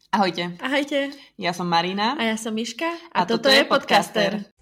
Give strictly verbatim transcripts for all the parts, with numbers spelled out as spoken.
Ahojte. Ahojte. Ja som Marina. A ja som Miška. A, a toto, toto je podcaster. podcaster.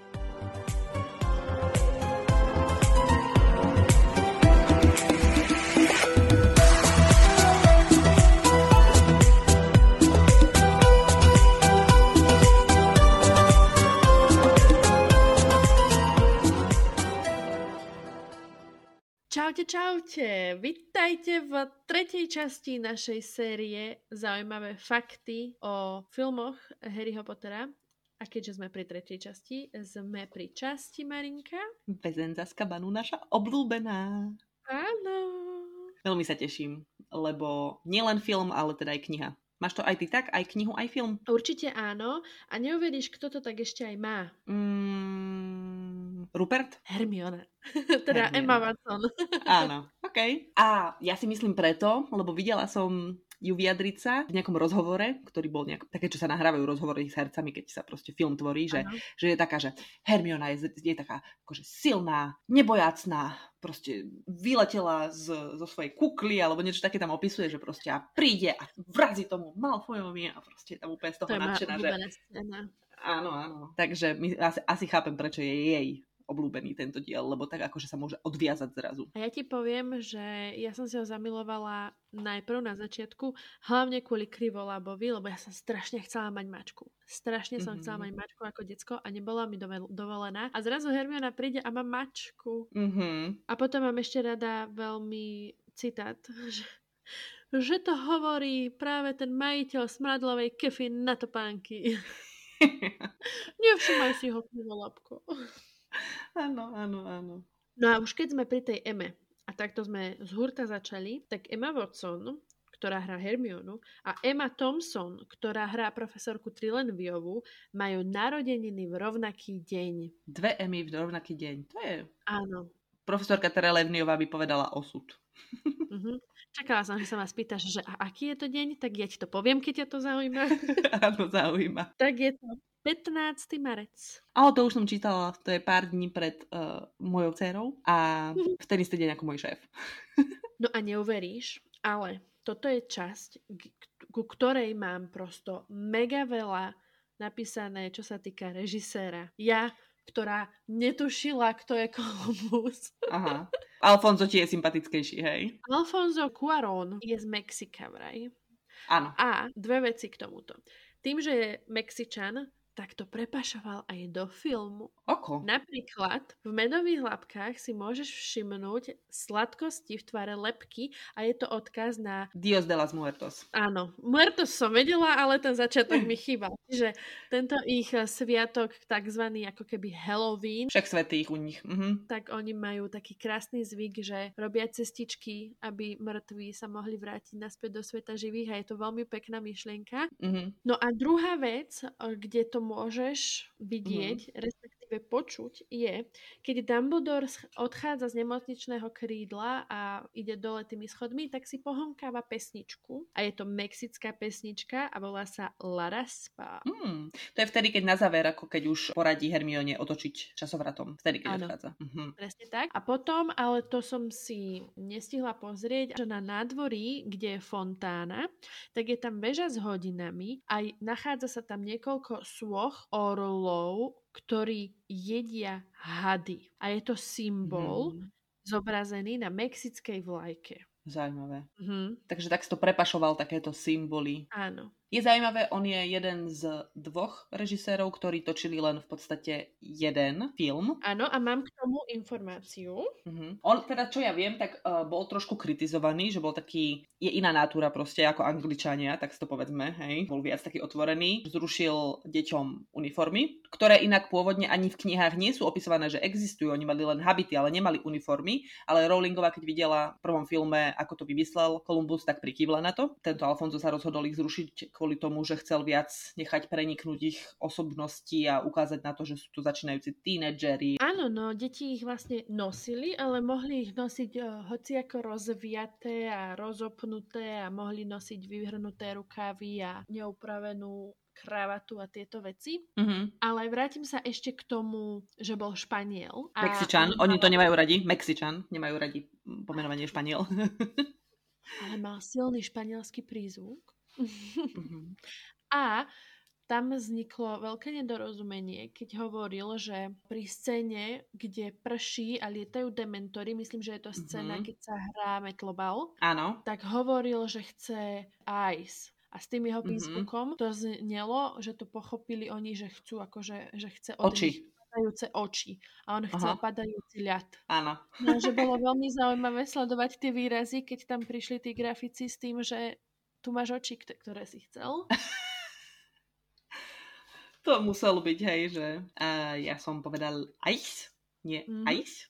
Čaute, čaute. Vítajte v tretej časti našej série Zaujímavé fakty o filmoch Harryho Pottera. A keďže sme pri tretej časti, sme pri časti, Marinka. Väzeň z Azkabanu, naša obľúbená. Áno. Veľmi sa teším, lebo nielen film, ale teda aj kniha. Máš to aj ty tak? Aj knihu, aj film? Určite áno. A neuveríš, kto to tak ešte aj má. Mm, Rupert? Hermiona. teda Hermiona. Emma Watson. Áno, okej. Okay. A ja si myslím preto, lebo videla som ju vyjadriť sa v nejakom rozhovore, ktorý bol nejak, také, čo sa nahrávajú rozhovory s hercami, keď sa proste film tvorí, že, že je taká, že Hermiona je, je taká akože silná, nebojacná, proste vyletela z, zo svojej kukly, alebo niečo také tam opisuje, že proste a príde a vrazí tomu Malfoyovi a proste tam úplne z toho nadšená, že... Áno, áno. Takže my, asi, asi chápem, prečo je jej obľúbený tento diel, lebo tak akože sa môže odviazať zrazu. A ja ti poviem, že ja som si ho zamilovala najprv na začiatku, hlavne kvôli Krivolábovi, lebo ja som strašne chcela mať mačku. Strašne som mm-hmm. chcela mať mačku ako decko a nebola mi dovolená. A zrazu Hermiona príde a má mačku. Mm-hmm. A potom mám ešte rada veľmi citát, že, že to hovorí práve ten majiteľ smradlovej kefy na topánky. Nevšimaj si ho, Krivolábko. Áno, áno, áno. No a už keď sme pri tej Eme, a takto sme z hurta začali, tak Emma Watson, ktorá hrá Hermionu, a Emma Thompson, ktorá hrá profesorku Trelawneyovú, majú narodeniny v rovnaký deň. Dve Emmy v rovnaký deň. To je... Áno. Profesorka Trelawneyová by povedala osud. Uh-huh. Čakala som, že sa ma spýtaš, že a aký je to deň, tak ja ti to poviem, keď ťa to zaujíma. Áno, zaujíma. Tak je to pätnásteho marec. Ale to už som čítala, to je pár dní pred uh, mojou dcérou a v ten istý deň ako môj šéf. No a neuveríš, ale toto je časť, ku ktorej mám prosto mega veľa napísané, čo sa týka režiséra. Ja, ktorá netušila, kto je Columbus. Aha. Alfonso ti je sympatickejší, hej? Alfonso Cuarón je z Mexika, vraj. Áno. A dve veci k tomuto. Tým, že je Mexičan, tak to prepašoval aj do filmu. Ako? Napríklad v Medových labkách si môžeš všimnúť sladkosti v tvare lebky a je to odkaz na... Dios de las Muertos. Áno, Muertos som vedela, ale ten začiatok mi chýbal. Čiže tento ich sviatok, takzvaný ako keby Halloween, však svätých u nich. Mhm. Tak oni majú taký krásny zvyk, že robia cestičky, aby mŕtvi sa mohli vrátiť naspäť do sveta živých a je to veľmi pekná myšlienka. Mhm. No a druhá vec, kde to môžeš vidieť, mm-hmm. respektíve počuť, je, keď Dumbledore odchádza z nemocničného krídla a ide dole tými schodmi, tak si pohonkáva pesničku. A je to mexická pesnička a volá sa La Raspa. Mm, to je vtedy, keď na záver, ako keď už poradí Hermione otočiť časovratom. Vtedy, keď Áno, odchádza. Mm-hmm. Presne tak. A potom, ale to som si nestihla pozrieť, že na nádvorí, kde je fontána, tak je tam väža s hodinami a nachádza sa tam niekoľko sú orlov, ktorí jedia hady. A je to symbol mm. zobrazený na mexickej vlajke. Zaujímavé. Mm. Takže tak si to prepašoval, takéto symboly. Áno. Je zaujímavé, on je jeden z dvoch režisérov, ktorí točili len v podstate jeden film. Áno, a mám k tomu informáciu. Uh-huh. On teda, čo ja viem, tak uh, bol trošku kritizovaný, že bol taký, je iná natúra proste ako Angličania, tak si to povedzme, hej. Bol viac taký otvorený. Zrušil deťom uniformy, ktoré inak pôvodne ani v knihách nie sú opisované, že existujú. Oni mali len habity, ale nemali uniformy. Ale Rowlingová, keď videla v prvom filme, ako to vymyslel Columbus, tak prikývla na to. Tento Alfonso sa rozhodol ich zrušiť kvôli tomu, že chcel viac nechať preniknúť ich osobnosti a ukázať na to, že sú tu začínajúci tínedžeri. Áno, no, deti ich vlastne nosili, ale mohli ich nosiť uh, hoci ako rozviaté a rozopnuté a mohli nosiť vyhrnuté rukávy a neupravenú kravatu a tieto veci. Mm-hmm. Ale vrátim sa ešte k tomu, že bol Španiel. A Mexičan, oni to nemajú radi. Mexičan, nemajú radi pomenovanie Španiel. Ale mal silný španielský prízvuk. Mm-hmm. A tam vzniklo veľké nedorozumenie, keď hovoril, že pri scéne, kde prší a lietajú dementory, myslím, že je to scéna, mm-hmm. keď sa hrá metlobal, áno. Tak hovoril, že chce ice. A s tým jeho mm-hmm. prízvukom to znelo, že to pochopili oni, že chcú akože, že chce od oči. nich padajúce oči. A on chcel Aha. padajúci ľad. Áno. No, že bolo veľmi zaujímavé sledovať tie výrazy, keď tam prišli tí grafici s tým, že tu máš oči, ktoré si chcel. To muselo byť, hej, že uh, ja som povedal ice, nie mm-hmm. ice.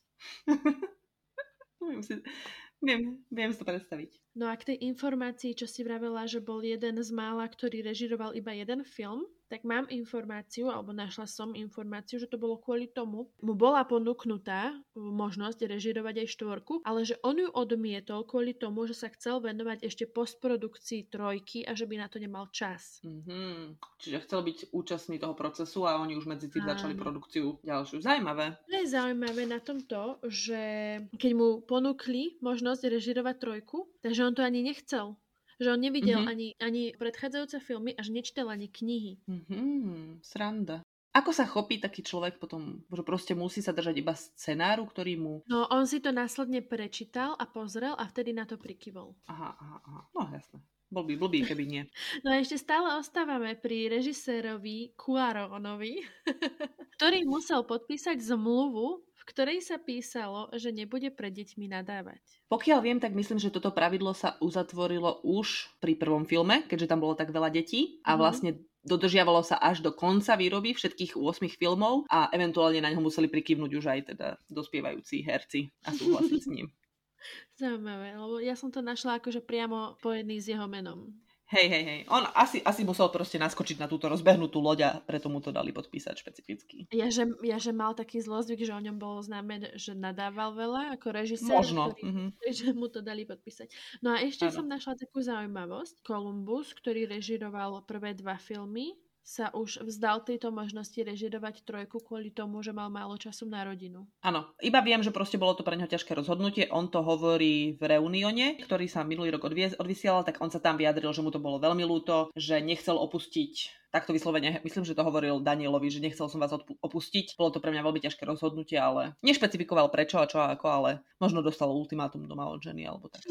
viem, si, viem, viem si to predstaviť. No a k tej informácii, čo si vravela, že bol jeden z mála, ktorý režiroval iba jeden film, tak mám informáciu, alebo našla som informáciu, že to bolo kvôli tomu, mu bola ponúknutá možnosť režirovať aj štvorku, ale že on ju odmietol kvôli tomu, že sa chcel venovať ešte postprodukcii trojky a že by na to nemal čas. Mm-hmm. Čiže chcel byť účastný toho procesu a oni už medzi tým začali produkciu ďalšiu. Zaujímavé. Je zaujímavé na tom to, že keď mu ponúkli možnosť režirovať trojku, takže on to ani nechcel. Že on nevidel mm-hmm. ani, ani predchádzajúce filmy, až nečítal ani knihy. Mm-hmm. Sranda. Ako sa chopí taký človek potom, že proste musí sa držať iba scenáru, ktorý mu... No, on si to následne prečítal a pozrel a vtedy na to prikyvol. Aha, aha, aha. No jasné. Bol by blbý, keby nie. No a ešte stále ostávame pri režisérovi Cuaronovi, ktorý musel podpísať zmluvu, v ktorej sa písalo, že nebude pred deťmi nadávať. Pokiaľ viem, tak myslím, že toto pravidlo sa uzatvorilo už pri prvom filme, keďže tam bolo tak veľa detí a vlastne mm-hmm. dodržiavalo sa až do konca výroby všetkých osem filmov a eventuálne na ňo museli prikyvnúť už aj teda dospievajúci herci a súhlasiť s ním. Zaujímavé, lebo ja som to našla akože priamo spojený s jeho menom. Hej, hej, hej. On asi, asi musel proste naskočiť na túto rozbehnutú loď a preto mu to dali podpísať špecificky. Ja že, ja, že mal taký zlozvyk, že o ňom bolo známe, že nadával veľa ako režisér, Možno. Ktorý, mm-hmm. že mu to dali podpísať. No a ešte ano. Som našla takú zaujímavosť. Columbus, ktorý režiroval prvé dva filmy, sa už vzdal tejto možnosti režirovať trojku kvôli tomu, že mal málo času na rodinu. Áno, iba viem, že proste bolo to pre neho ťažké rozhodnutie. On to hovorí v Reunione, ktorý sa minulý rok odvies- odvysielal, tak on sa tam vyjadril, že mu to bolo veľmi ľúto, že nechcel opustiť, takto vyslovene, myslím, že to hovoril Danielovi, že nechcel som vás odpu- opustiť. Bolo to pre mňa veľmi ťažké rozhodnutie, ale nešpecifikoval prečo a čo a ako, ale možno dostal ultimátum doma od ženy alebo tak.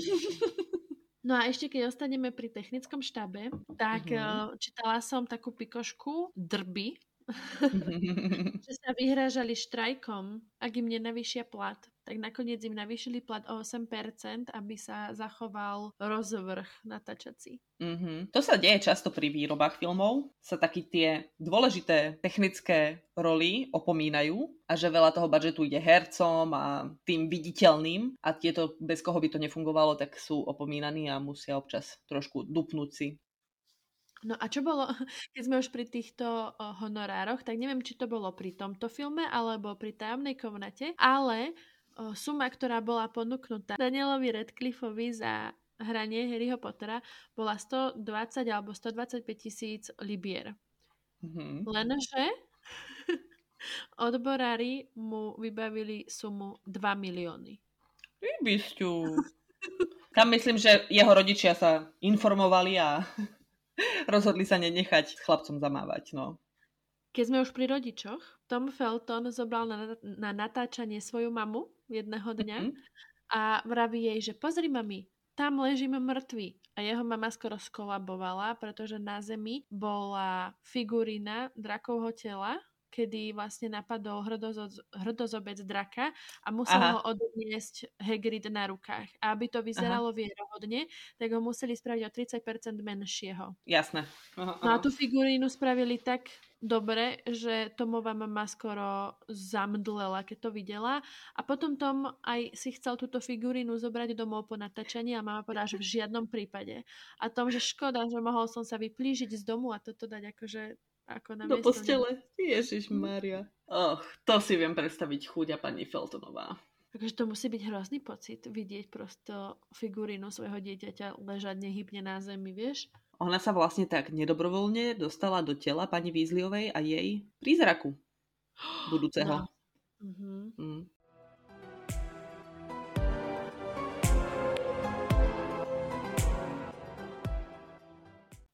No a ešte keď ostaneme pri technickom štábe, tak mm-hmm. čítala som takú pikošku Drby, že sa vyhrážali štrajkom, ak im nenavýšia plat. Tak nakoniec im navýšili plat o osem percent, aby sa zachoval rozvrh natáčací. Mm-hmm. To sa deje často pri výrobách filmov. Sa takí tie dôležité technické roly opomínajú a že veľa toho budžetu ide hercom a tým viditeľným a tieto, bez koho by to nefungovalo, tak sú opomínaní a musia občas trošku dupnúť si. No a čo bolo, keď sme už pri týchto honorároch, tak neviem, či to bolo pri tomto filme alebo pri Tajomnej komnate, ale suma, ktorá bola ponúknutá Danielovi Radcliffeovi za hranie Harryho Pottera, bola stodvadsať alebo stodvadsaťpäť tisíc libier. Mm-hmm. Lenže odborári mu vybavili sumu dva milióny. Vybysťu. Tam myslím, že jeho rodičia sa informovali a rozhodli sa nenechať chlapcom zamávať, no. Keď sme už pri rodičoch, Tom Felton zobral na, na natáčanie svoju mamu jedného dňa mm-hmm. a vraví jej, že pozri mami, tam ležím mŕtvy. A jeho mama skoro skolabovala, pretože na zemi bola figurína drakovho tela, kedy vlastne napadol hrdozo- hrdozobec draka a musel Aha. ho odniesť Hagrid na rukách. A aby to vyzeralo Aha. vierohodne, tak ho museli spraviť o tridsať percent menšieho. Jasné. Aha, aha. No a tú figurínu spravili tak dobre, že Tomova mama skoro zamdlela, keď to videla. A potom Tom aj si chcel túto figurínu zobrať domov po natáčaní a mama povedala, že v žiadnom prípade. A Tom, že škoda, že mohol som sa vyplížiť z domu a toto dať akože ako na do postele. Ježišmária. Och, to si viem predstaviť chúďa pani Feltonová. Takže to musí byť hrozný pocit vidieť prosto figurínu svojho dieťaťa ležať nehybne na zemi, vieš? Ona sa vlastne tak nedobrovoľne dostala do tela pani Weasleyovej a jej prízraku budúceho. No. Mhm. Mm.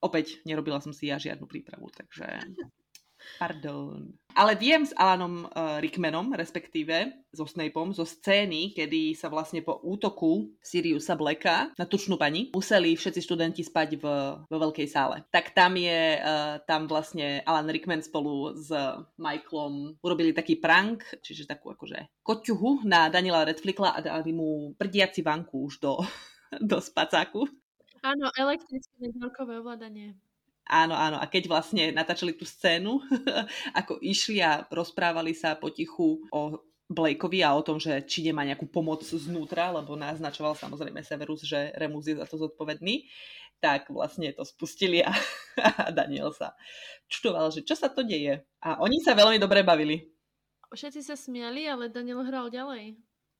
Opäť nerobila som si ja žiadnu prípravu, takže pardon. Ale viem s Alanom uh, Rickmanom, respektíve so Snapeom, zo scény, kedy sa vlastne po útoku Siriusa Blacka na tučnú pani museli všetci študenti spať v, vo veľkej sále. Tak tam je, uh, tam vlastne Alan Rickman spolu s Michaelom urobili taký prank, čiže takú akože koťuhu na Daniela Radcliffea a dali mu prdiaci vanku už do, do spacáku. Áno, elektrické networkové ovládanie. Áno, áno. A keď vlastne natáčali tú scénu, ako išli a rozprávali sa potichu o Blakeovi a o tom, že či nemá nejakú pomoc znútra, lebo naznačoval samozrejme Severus, že Remus je za to zodpovedný, tak vlastne to spustili a, a Daniel sa čudoval, že čo sa to deje. A oni sa veľmi dobre bavili. Všetci sa smiali, ale Daniel hral ďalej.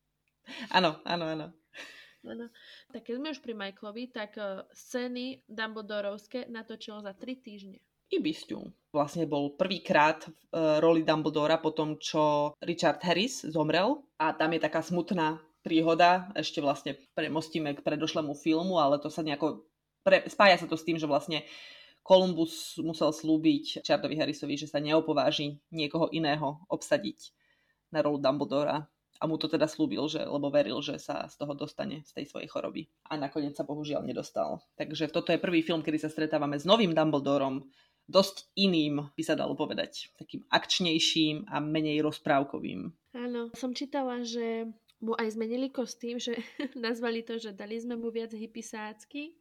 Áno, áno, áno. Ano. Tak keď sme už pri Michaelovi, tak uh, scény Dumbledorovské natočilo za tri týždne. Ibisťu. Vlastne bol prvýkrát v uh, roli Dumbledora po tom, čo Richard Harris zomrel. A tam je taká smutná príhoda. Ešte vlastne premostíme k predošlému filmu, ale to sa nejako... Pre... Spája sa to s tým, že vlastne Columbus musel slúbiť Richardovi Harrisovi, že sa neopováži niekoho iného obsadiť na rolu Dumbledora. A mu to teda slúbil, že, lebo veril, že sa z toho dostane, z tej svojej choroby. A nakoniec sa bohužiaľ nedostal. Takže toto je prvý film, kedy sa stretávame s novým Dumbledorom. Dosť iným, by sa dalo povedať. Takým akčnejším a menej rozprávkovým. Áno, som čítala, že mu aj zmenili kostým, že nazvali to, že dali sme mu viac hypisácky.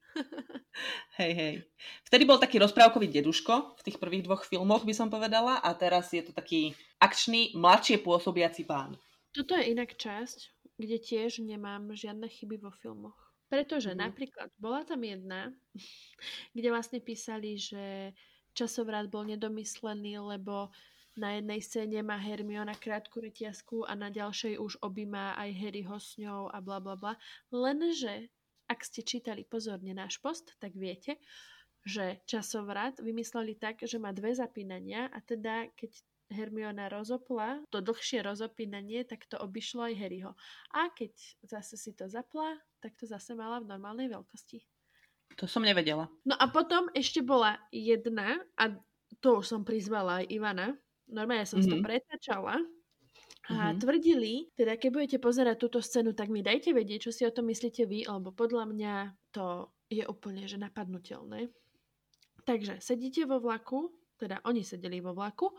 Hej, hej. Vtedy bol taký rozprávkový deduško v tých prvých dvoch filmoch, by som povedala. A teraz je to taký akčný, mladšie pôsobiaci pán. Toto je inak časť, kde tiež nemám žiadne chyby vo filmoch. Pretože mm. napríklad bola tam jedna, kde vlastne písali, že časovrat bol nedomyslený, lebo na jednej scéne má Hermiona krátku reťazku a na ďalšej už objíma aj Harryho s ňou a bla bla bla. Lenže, ak ste čítali pozorne náš post, tak viete, že časovrat vymysleli tak, že má dve zapínania a teda keď Hermiona rozopla, to dlhšie rozopínanie, tak to obišlo aj Harryho. A keď zase si to zapla, tak to zase mala v normálnej veľkosti. To som nevedela. No a potom ešte bola jedna, a to už som prizvala aj Ivana, normálne som mm-hmm. si to pretáčala, a mm-hmm. tvrdili, teda keď budete pozerať túto scénu, tak mi dajte vedieť, čo si o tom myslíte vy, lebo podľa mňa to je úplne že napadnutelné. Takže sedíte vo vlaku, teda oni sedeli vo vlaku,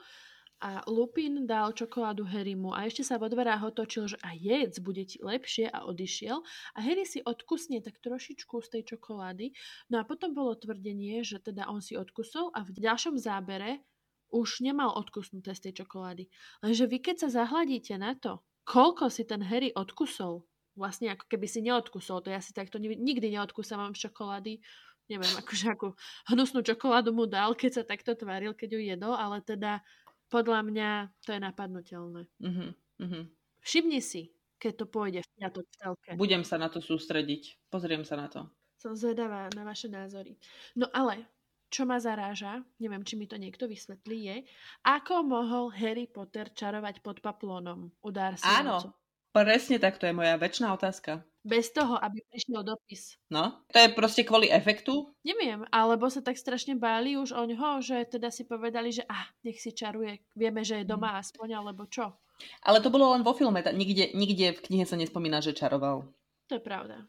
a Lupin dal čokoládu Harrymu a ešte sa vo dverách otočil, že a jedz, bude ti lepšie a odišiel. A Harry si odkusne tak trošičku z tej čokolády. No a potom bolo tvrdenie, že teda on si odkusol a v ďalšom zábere už nemal odkusnuté z tej čokolády. Lenže vy keď sa zahľadíte na to, koľko si ten Harry odkusol, vlastne ako keby si neodkusol, to ja si takto nikdy neodkusávam z čokolády, neviem, akože akú hnusnú čokoládu mu dal, keď sa takto tváril, keď ju jedol, ale teda podľa mňa to je napadnutelné. Uh-huh, uh-huh. Všimni si, keď to pôjde v piatok v telke. Budem sa na to sústrediť. Pozriem sa na to. Som zvedavá na vaše názory. No ale, čo ma zaráža, neviem, či mi to niekto vysvetlí, je, ako mohol Harry Potter čarovať pod paplónom u Darcy. Áno, presne tak, to je moja večná otázka. Bez toho, aby prišiel dopis. No, to je proste kvôli efektu? Neviem, alebo sa tak strašne báli už o ňoho, že teda si povedali, že ah, nech si čaruje. Vieme, že je doma aspoň, alebo čo. Ale to bolo len vo filme. Nikde, nikde v knihe sa nespomína, že čaroval. To je pravda.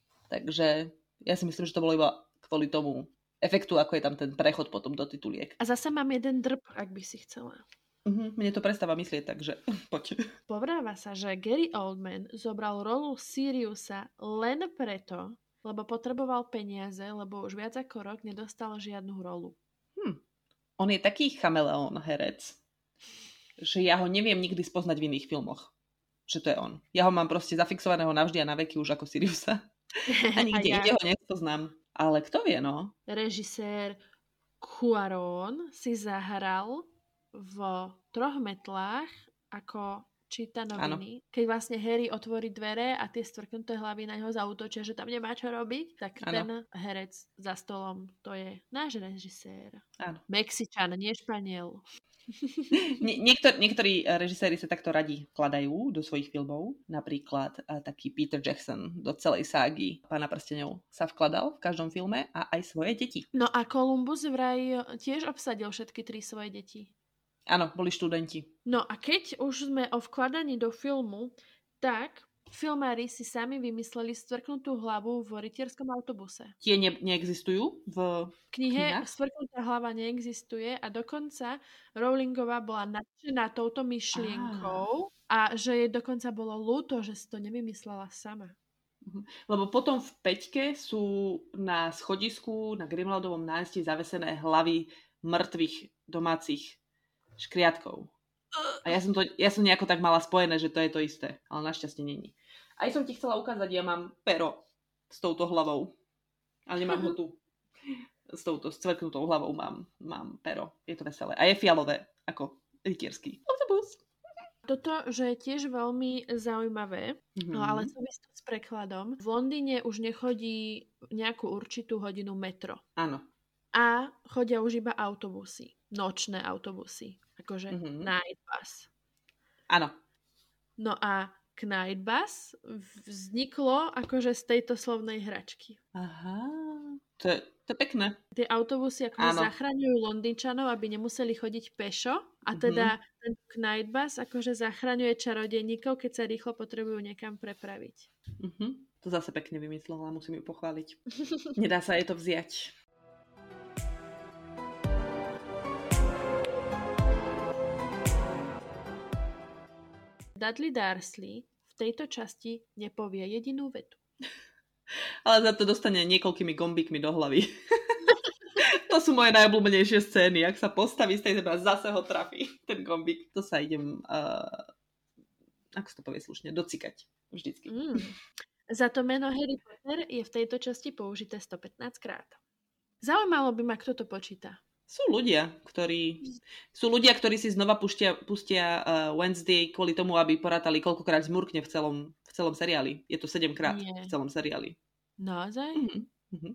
Takže ja si myslím, že to bolo iba kvôli tomu efektu, ako je tam ten prechod potom do tituliek. A zase mám jeden drb, ak by si chcela. Uh-huh, mne to prestáva myslieť, takže poď. Povráva sa, že Gary Oldman zobral rolu Siriusa len preto, lebo potreboval peniaze, lebo už viac ako rok nedostal žiadnu rolu. Hm. On je taký chameleón herec, že ja ho neviem nikdy spoznať v iných filmoch. Že to je on. Ja ho mám proste zafixovaného navždy a na veky už ako Siriusa. A nikde inde ja. ho nespoznám. Ale kto vie, no? Režisér Cuarón si zahral v Troch metlách ako číta noviny, ano. Keď vlastne Harry otvorí dvere a tie stvrknuté hlavy na neho zaútočia, že tam nemá čo robiť, tak ano. Ten herec za stolom, to je náš režisér. Áno. Mexičan, nie Španiel. Nie, niektor, niektorí režiséri sa takto radi vkladajú do svojich filmov. Napríklad taký Peter Jackson do celej ságy Pána prsteňov sa vkladal v každom filme a aj svoje deti. No a Columbus vraj tiež obsadil všetky tri svoje deti. Áno, boli študenti. No a keď už sme o vkladaní do filmu, tak filmári si sami vymysleli stvrknutú hlavu v rytierskom autobuse. Tie ne- neexistujú v knihe? Stvrknutá hlava neexistuje a dokonca Rowlingová bola nadšená touto myšlienkou ah. a že jej dokonca bolo ľúto, že si to nevymyslela sama. Lebo potom v peťke sú na schodisku na Grimwaldovom námestí zavesené hlavy mŕtvych domácich škriatkov. A ja som to ja som nejako tak mala spojené, že to je to isté. Ale našťastie není. Aj som ti chcela ukázať, ja mám pero s touto hlavou. Ale nemám ho tu. S touto scvrknutou hlavou mám, mám pero. Je to veselé. A je fialové, ako rytierský autobus. Toto, že je tiež veľmi zaujímavé, mm-hmm. ale súvisí s prekladom. V Londýne už nechodí nejakú určitú hodinu metro. Áno. A chodia už iba autobusy. Nočné autobusy. Akože mm-hmm. night bus. Áno. No a k night bus vzniklo akože z tejto slovnej hračky. Aha. To je, to je pekné. Tie autobusy akože zachraňujú Londýnčanov, aby nemuseli chodiť pešo. A teda mm-hmm. ten night bus akože zachraňuje čarodejníkov, keď sa rýchlo potrebujú niekam prepraviť. Mm-hmm. To zase pekne vymyslela, musím ju pochváliť. Nedá sa jej to vziať. Dudley Dursley v tejto časti nepovie jedinú vetu. Ale za to dostane niekoľkými gombíkmi do hlavy. To sú moje najobľúbenejšie scény. Ak sa postaví z tej zeme a zase ho trafí ten gombík. To sa idem, uh, ako sa to povie slušne, docikať. Vždycky. Mm. Za to meno Harry Potter je v tejto časti použité stopätnásť krát. Zaujímalo by ma, kto to počíta. Sú ľudia, ktorí sú ľudia, ktorí si znova pustia, pustia uh, Wednesday kvôli tomu, aby porátali, koľkokrát zmurkne v celom, v celom seriáli. Je to sedemkrát v celom seriáli. Naozaj? Mm-hmm. Mm-hmm.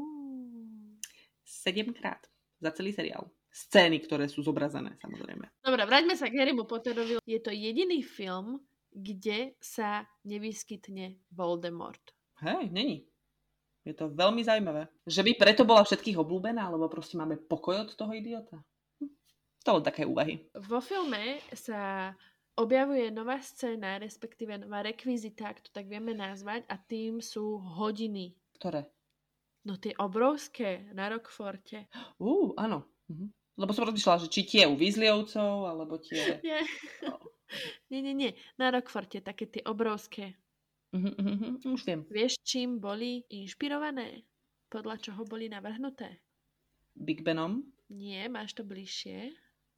Sedemkrát za celý seriál. Scény, ktoré sú zobrazené, samozrejme. Dobre, vráťme sa k Harrymu Potterovi. Je to jediný film, kde sa nevyskytne Voldemort. Hej, není. Je to veľmi zaujímavé. Že by preto bola všetkých obľúbená, alebo proste máme pokoj od toho idiota? Hm. To len také úvahy. Vo filme sa objavuje nová scéna, respektíve nová rekvizita, ak to tak vieme nazvať, a tým sú hodiny. Ktoré? No tie obrovské na Rockforte. Ú, uh, áno. Mhm. Lebo som rozmýšľala, že či tie u Weasleyovcov, alebo tie... Nie. Oh. nie, nie, nie. Na Rockforte také tie obrovské. Uh-huh, uh-huh, už viem. Vieš, čím boli inšpirované? Podľa čoho boli navrhnuté? Big Benom? Nie, máš to bližšie.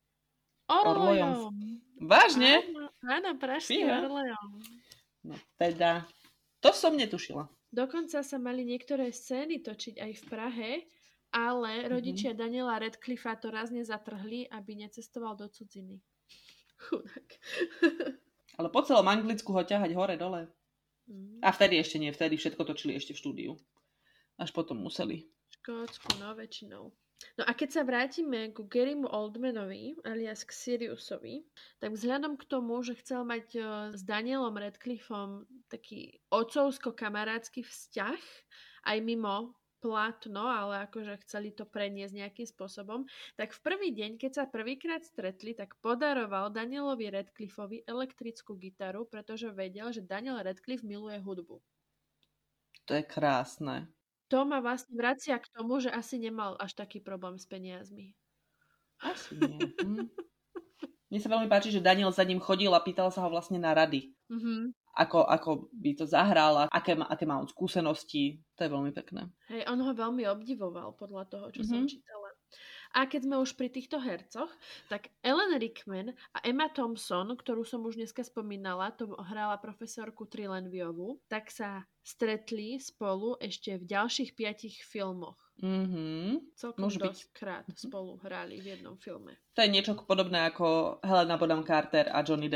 Orlojom. Vážne? Áno, áno pražský Orlojom. No teda, to som netušila. Dokonca sa mali niektoré scény točiť aj v Prahe, ale rodičia uh-huh. Daniela Radcliffa to raz nezatrhli, aby necestoval do cudziny. Chudák. Ale po celom Anglicku ho ťahať hore-dole. Mm. A vtedy ešte nie, vtedy všetko točili ešte v štúdiu. Až potom museli. V Škótsku, no väčšinou. No a keď sa vrátime ku Garymu Oldmanovi, alias k Siriusovi, tak vzhľadom k tomu, že chcel mať uh, s Danielom Radcliffom taký otcovsko-kamarátsky vzťah, aj mimo plátno, ale akože chceli to preniesť nejakým spôsobom, tak v prvý deň, keď sa prvýkrát stretli, tak podaroval Danielovi Radcliffovi elektrickú gitaru, pretože vedel, že Daniel Radcliffe miluje hudbu. To je krásne. To ma vlastne vracia k tomu, že asi nemal až taký problém s peniazmi. Asi nie. Hm. Mne sa veľmi páči, že Daniel za ním chodil a pýtal sa ho vlastne na rady. Mhm. Ako, ako by to zahral, aké má, aké má on skúsenosti. To je veľmi pekné. Hej, on ho veľmi obdivoval podľa toho, čo mm-hmm. som čítala. A keď sme už pri týchto hercoch, tak Ellen Rickman a Emma Thompson, ktorú som už dneska spomínala, to hrála profesorku Trilenviovu, tak sa stretli spolu ešte v ďalších piatich filmoch. Mm-hmm. Celkom Môže dosť byť. krát spolu hrali v jednom filme. To je niečo podobné ako Helena Bonham Carter a Johnny Depp.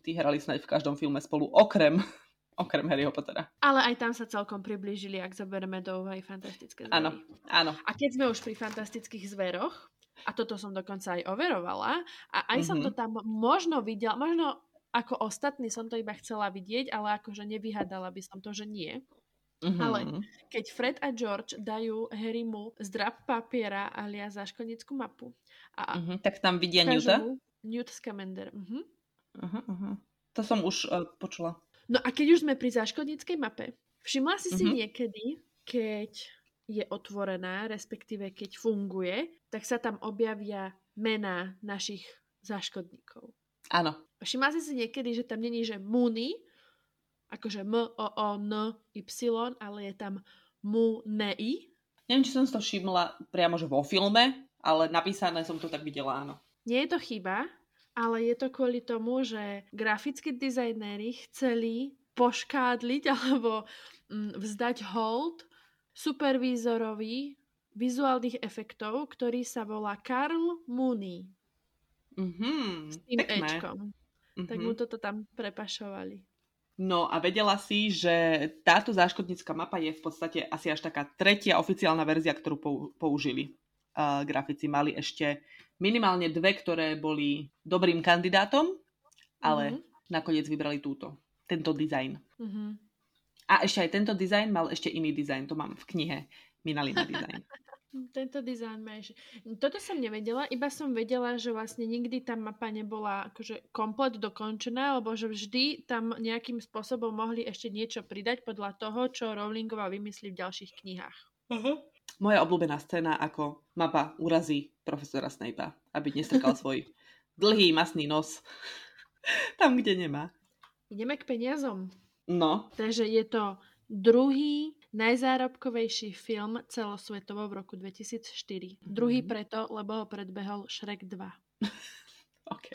Tí hrali snáď v každom filme spolu, okrem, okrem Harryho Pottera. Ale aj tam sa celkom priblížili, ak zoberieme do úvahy fantastické zvery. Áno, áno. A keď sme už pri fantastických zveroch, a toto som dokonca aj overovala, a aj mm-hmm. som to tam možno videla, možno ako ostatní som to iba chcela vidieť, ale akože nevyhádala by som to, že nie. Mm-hmm. Ale keď Fred a George dajú Harrymu zdrab papiera alias záškodnícku mapu. A mm-hmm. Tak tam vidia Newta? Newt Scamander. Uh-huh. Uh-huh, uh-huh. To som už uh, počula. No a keď už sme pri záškodníckej mape, všimla si uh-huh. si niekedy, keď je otvorená, respektíve keď funguje, tak sa tam objavia mená našich záškodníkov. Áno. Všimla si si niekedy, že tam není, že Mooney, akože M O O N Y, ale je tam Mooney. Neviem, či som si to všimla priamo, že vo filme, ale napísané som to tak videla, áno. Nie je to chyba, ale je to kvôli tomu, že grafickí dizajnéri chceli poškádliť alebo mm, vzdať hold supervízorovi vizuálnych efektov, ktorý sa volá Carl Mooney. Mm-hmm, s tým Ečkom. Mm-hmm. Tak mu toto tam prepašovali. No a vedela si, že táto záškodnícka mapa je v podstate asi až taká tretia oficiálna verzia, ktorú použili uh, grafici. Mali ešte minimálne dve, ktoré boli dobrým kandidátom, ale mm-hmm. nakoniec vybrali túto, tento dizajn. Mm-hmm. A ešte aj tento dizajn mal ešte iný dizajn, to mám v knihe Minalina dizajn. Tento dizajn má ešte... Toto som nevedela, iba som vedela, že vlastne nikdy tá mapa nebola akože komplet dokončená, lebo že vždy tam nejakým spôsobom mohli ešte niečo pridať podľa toho, čo Rowlingová vymyslí v ďalších knihách. Uh-huh. Moja obľúbená scéna, ako mapa urazí profesora Snape'a, aby nestrkal svoj dlhý masný nos tam, kde nemá. Ideme k peniazom. No. Takže je to druhý najzárobkovejší film celosvetovo v roku dvetisícštyri. Mm-hmm. Druhý preto, lebo ho predbehol Shrek dva. OK.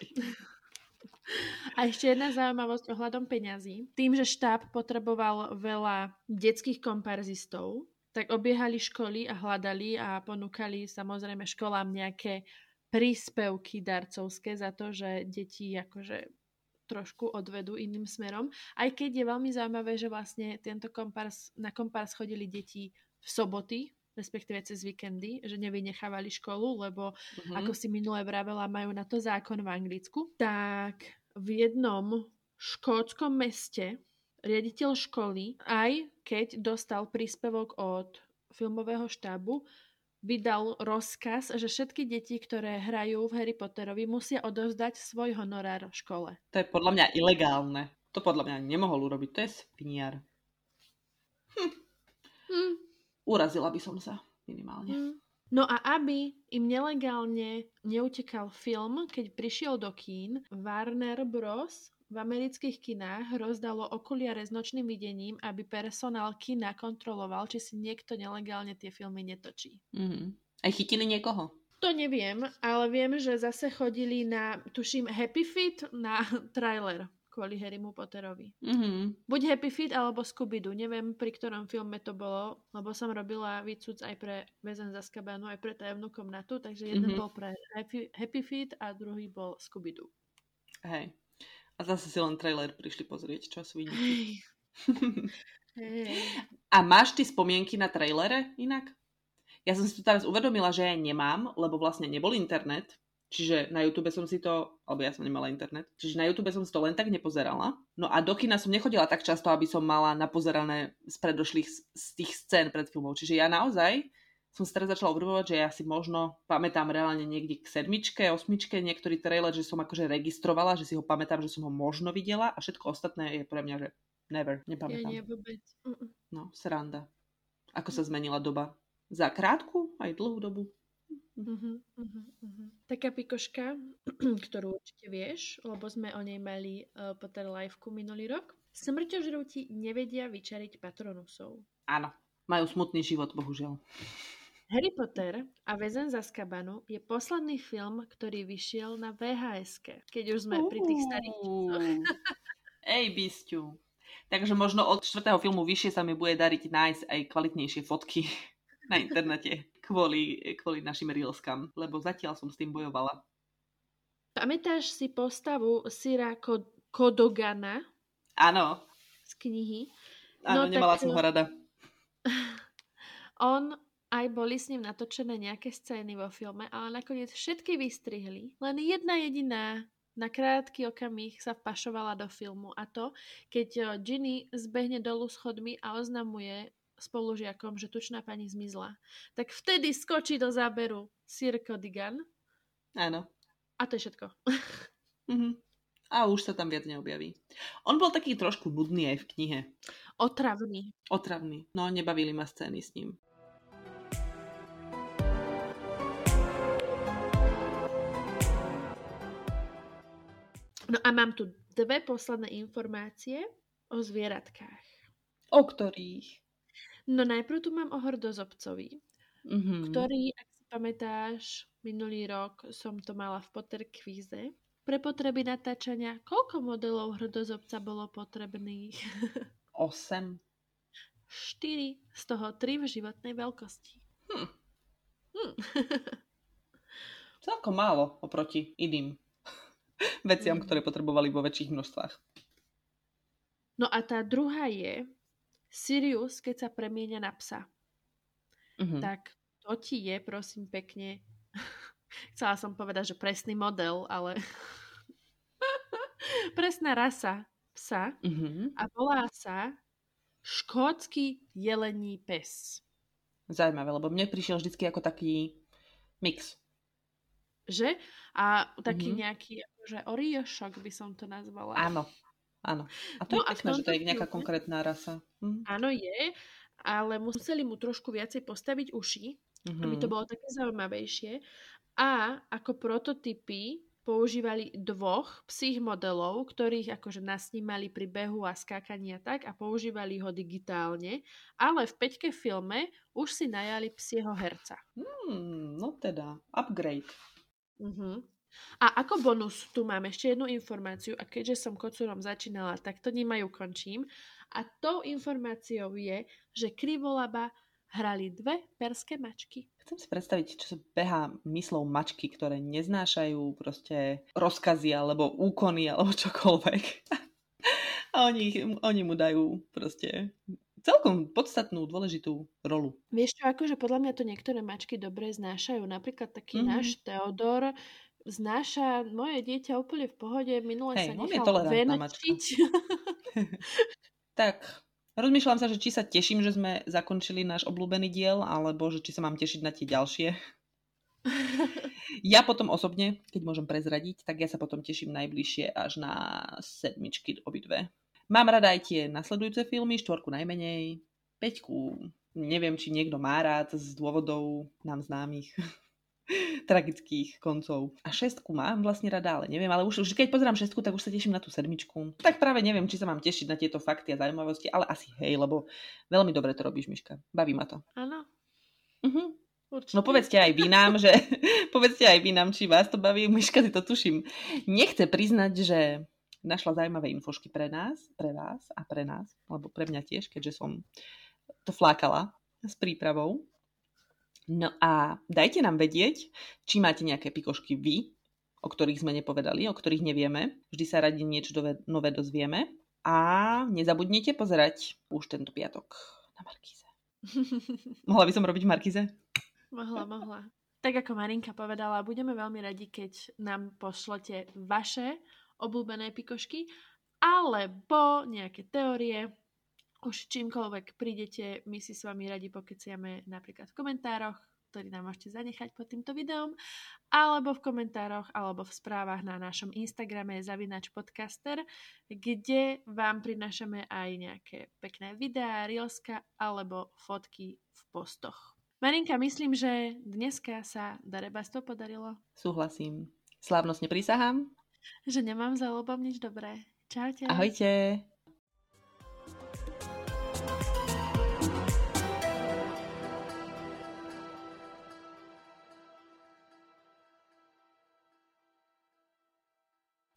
A ešte jedna zaujímavosť ohľadom peňazí. Tým, že štáb potreboval veľa detských komparzistov, tak obiehali školy a hľadali a ponúkali samozrejme školám nejaké príspevky darcovské za to, že deti akože trošku odvedú iným smerom. Aj keď je veľmi zaujímavé, že vlastne tento kompárs, na kompárs chodili deti v soboty, respektíve cez víkendy, že nevynechávali školu, lebo uh-huh. ako si minule vravela, majú na to zákon v Anglicku. Tak v jednom škótskom meste riaditeľ školy, aj keď dostal príspevok od filmového štábu, vydal rozkaz, že všetky deti, ktoré hrajú v Harry Potterovi, musia odovzdať svoj honorár v škole. To je podľa mňa ilegálne. To podľa mňa nemohol urobiť. To je sviniar. Hm. Hm. Urazila by som sa minimálne. Hm. No a aby im nelegálne neutekal film, keď prišiel do kín, Warner Bros. V amerických kinách rozdalo okuliare s nočným videním, aby personál kina kontroloval, či si niekto nelegálne tie filmy netočí. Mm-hmm. Aj chytili niekoho? To neviem, ale viem, že zase chodili na, tuším, Happy Feet na trailer kvôli Harrymu Potterovi. Mm-hmm. Buď Happy Feet alebo Scooby-Doo. Neviem, pri ktorom filme to bolo, lebo som robila výcuc aj pre Väzeň z Azkabanu, aj pre Tajomnú komnatu, takže jeden mm-hmm. bol pre Happy, Happy Feet a druhý bol Scooby-Doo. Hej. A zase si len trailer prišli pozrieť, čo sú hey. hey. A máš ty spomienky na trailere inak? Ja som si to teraz uvedomila, že ja nemám, lebo vlastne nebol internet, čiže na YouTube som si to, alebo ja som nemala internet, čiže na YouTube som si to len tak nepozerala. No a do kina som nechodila tak často, aby som mala napozerané z predošlých z tých scén pred filmov. Čiže ja naozaj som sa teraz začala uvedomovať, že ja si možno pamätám reálne niekde k sedmičke, osmičke niektorý trailer, že som akože registrovala, že si ho pamätám, že som ho možno videla a všetko ostatné je pre mňa, že never, nepamätám. Ja nie, vôbec. Uh-uh. No, sranda. Ako sa zmenila doba. Za krátku, aj dlhú dobu. Uh-huh, uh-huh, uh-huh. Taká pikoška, ktorú určite vieš, lebo sme o nej mali uh, Potter Liveku minulý rok. Smrťožrúti nevedia vyčariť patronusov. Áno, majú smutný život, bohužiaľ. Harry Potter a Väzeň z Azkabanu je posledný film, ktorý vyšiel na vé há eske, keď už sme uh, pri tých starých časoch. Ej, bisťu. Takže možno od štvrtého filmu vyššie sa mi bude dariť nájsť aj kvalitnejšie fotky na internete kvôli, kvôli našim reelskám, lebo zatiaľ som s tým bojovala. Pamätáš si postavu Sira Kodogana. Áno. Z knihy. Áno, No, nemala tak, som ho rada. On, aj boli s ním natočené nejaké scény vo filme, ale nakoniec všetky vystrihli. Len jedna jediná na krátky okamih sa vpašovala do filmu. A to, keď Ginny zbehne dolu schodmi a oznamuje spolužiakom, že tučná pani zmizla. Tak vtedy skočí do záberu Sir Cadogan. Áno. A to je všetko. Mhm. A už sa tam viac neobjaví. On bol taký trošku nudný aj v knihe. Otravný. Otravný. No, nebavili ma scény s ním. No a mám tu dve posledné informácie o zvieratkách. O ktorých? No najprv tu mám o hrdozobcovi, Mm-hmm. ktorý, ak si pamätáš, minulý rok som to mala v Potter kvíze. Pre potreby natáčania, koľko modelov hrdozobca bolo potrebných? Osem. Štyri, z toho tri v životnej veľkosti. Hm. Hm. Celkom málo oproti iným veciam, mm. ktoré potrebovali vo väčších množstvách. No a tá druhá je Sirius, keď sa premieňa na psa. Mm-hmm. Tak to ti je, prosím pekne, chcela som povedať, že presný model, ale presná rasa psa mm-hmm. a volá sa škótsky jelení pes. Zaujímavé, lebo mne prišiel vždycky ako taký mix. Že? A taký mm-hmm. nejaký akože oriošok by som to nazvala. Áno, áno. A to no je pekné, že to je nejaká filme, konkrétna rasa. Mm. Áno je, ale museli mu trošku viacej postaviť uši, mm-hmm. aby to bolo také zaujímavejšie. A ako prototypy používali dvoch psích modelov, ktorých akože nasnímali pri behu a skákaní a tak a používali ho digitálne, ale v peťke filme už si najali psieho herca. Hmm, no teda, upgrade. Uh-huh. A ako bonus tu mám ešte jednu informáciu a keďže som kocúrom začínala, tak to nemajú končím. A tou informáciou je, že Krivolaba hrali dve perské mačky. Chcem si predstaviť, čo sa behá myslou mačky, ktoré neznášajú proste rozkazy alebo úkony alebo čokoľvek. A oni, oni mu dajú proste celkom podstatnú, dôležitú rolu. Vieš čo, akože podľa mňa to niektoré mačky dobre znášajú. Napríklad taký mm-hmm. náš Teodor znáša moje dieťa úplne v pohode. Minule hey, sa nechal venčiť. Tak, rozmýšľam sa, že či sa teším, že sme zakončili náš obľúbený diel, alebo že či sa mám tešiť na tie ďalšie. Ja potom osobne, keď môžem prezradiť, tak ja sa potom teším najbližšie až na sedmičky obidve. Mám rada aj tie nasledujúce filmy, štvorku najmenej, päťku neviem, či niekto má rád z dôvodov nám známych tragických koncov. A šestku mám vlastne rada, ale neviem, ale už, už keď pozerám šestku, tak už sa teším na tú sedmičku. Tak práve neviem, či sa mám tešiť na tieto fakty a zaujímavosti, ale asi hej, lebo veľmi dobre to robíš, Miška. Baví ma to. Áno. Uh-huh. No povedzte aj vy nám, že povedzte aj vy nám, či vás to baví. Miška si to tuším. Nechce priznať, že našla zaujímavé infošky pre nás, pre vás a pre nás, alebo pre mňa tiež, keďže som to flákala s prípravou. No a dajte nám vedieť, či máte nejaké pikošky vy, o ktorých sme nepovedali, o ktorých nevieme. Vždy sa radi niečo nové dozvieme. A nezabudnite pozerať už tento piatok na Markíze. Mohla by som robiť v Markíze? Mohla, mohla. Tak ako Marinka povedala, budeme veľmi radi, keď nám pošlete vaše obľúbené pikošky, alebo nejaké teórie. Už čímkoľvek prídete, my si s vami radi pokeciame napríklad v komentároch, ktorý nám môžete zanechať pod týmto videom, alebo v komentároch, alebo v správach na našom Instagrame zavináč podcaster, kde vám prinášame aj nejaké pekné videá, reelska, alebo fotky v postoch. Marinka, myslím, že dneska sa darebáctvo podarilo. Súhlasím. Slávnostne prisahám, že nemám za ľubom nič dobré. Čaute. Ahojte.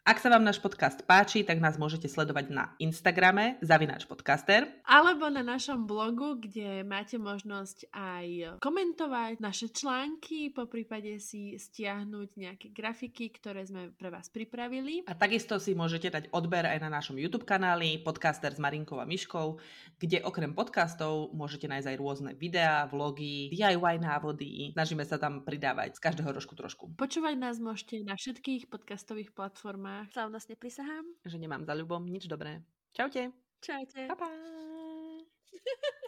Ak sa vám náš podcast páči, tak nás môžete sledovať na Instagrame zavináč podcaster. Alebo na našom blogu, kde máte možnosť aj komentovať naše články, po prípade si stiahnuť nejaké grafiky, ktoré sme pre vás pripravili. A takisto si môžete dať odber aj na našom YouTube kanáli Podcaster s Marinkou a Miškou, kde okrem podcastov môžete nájsť aj rôzne videá, vlogy, dé í vaj návody. Snažíme sa tam pridávať z každého rožku trošku. Počúvať nás môžete na všetkých podcastových platformách. Slavnostne prisahám, že nemám za ľubom nič dobré. Čaute. Čaute. Pa, pa.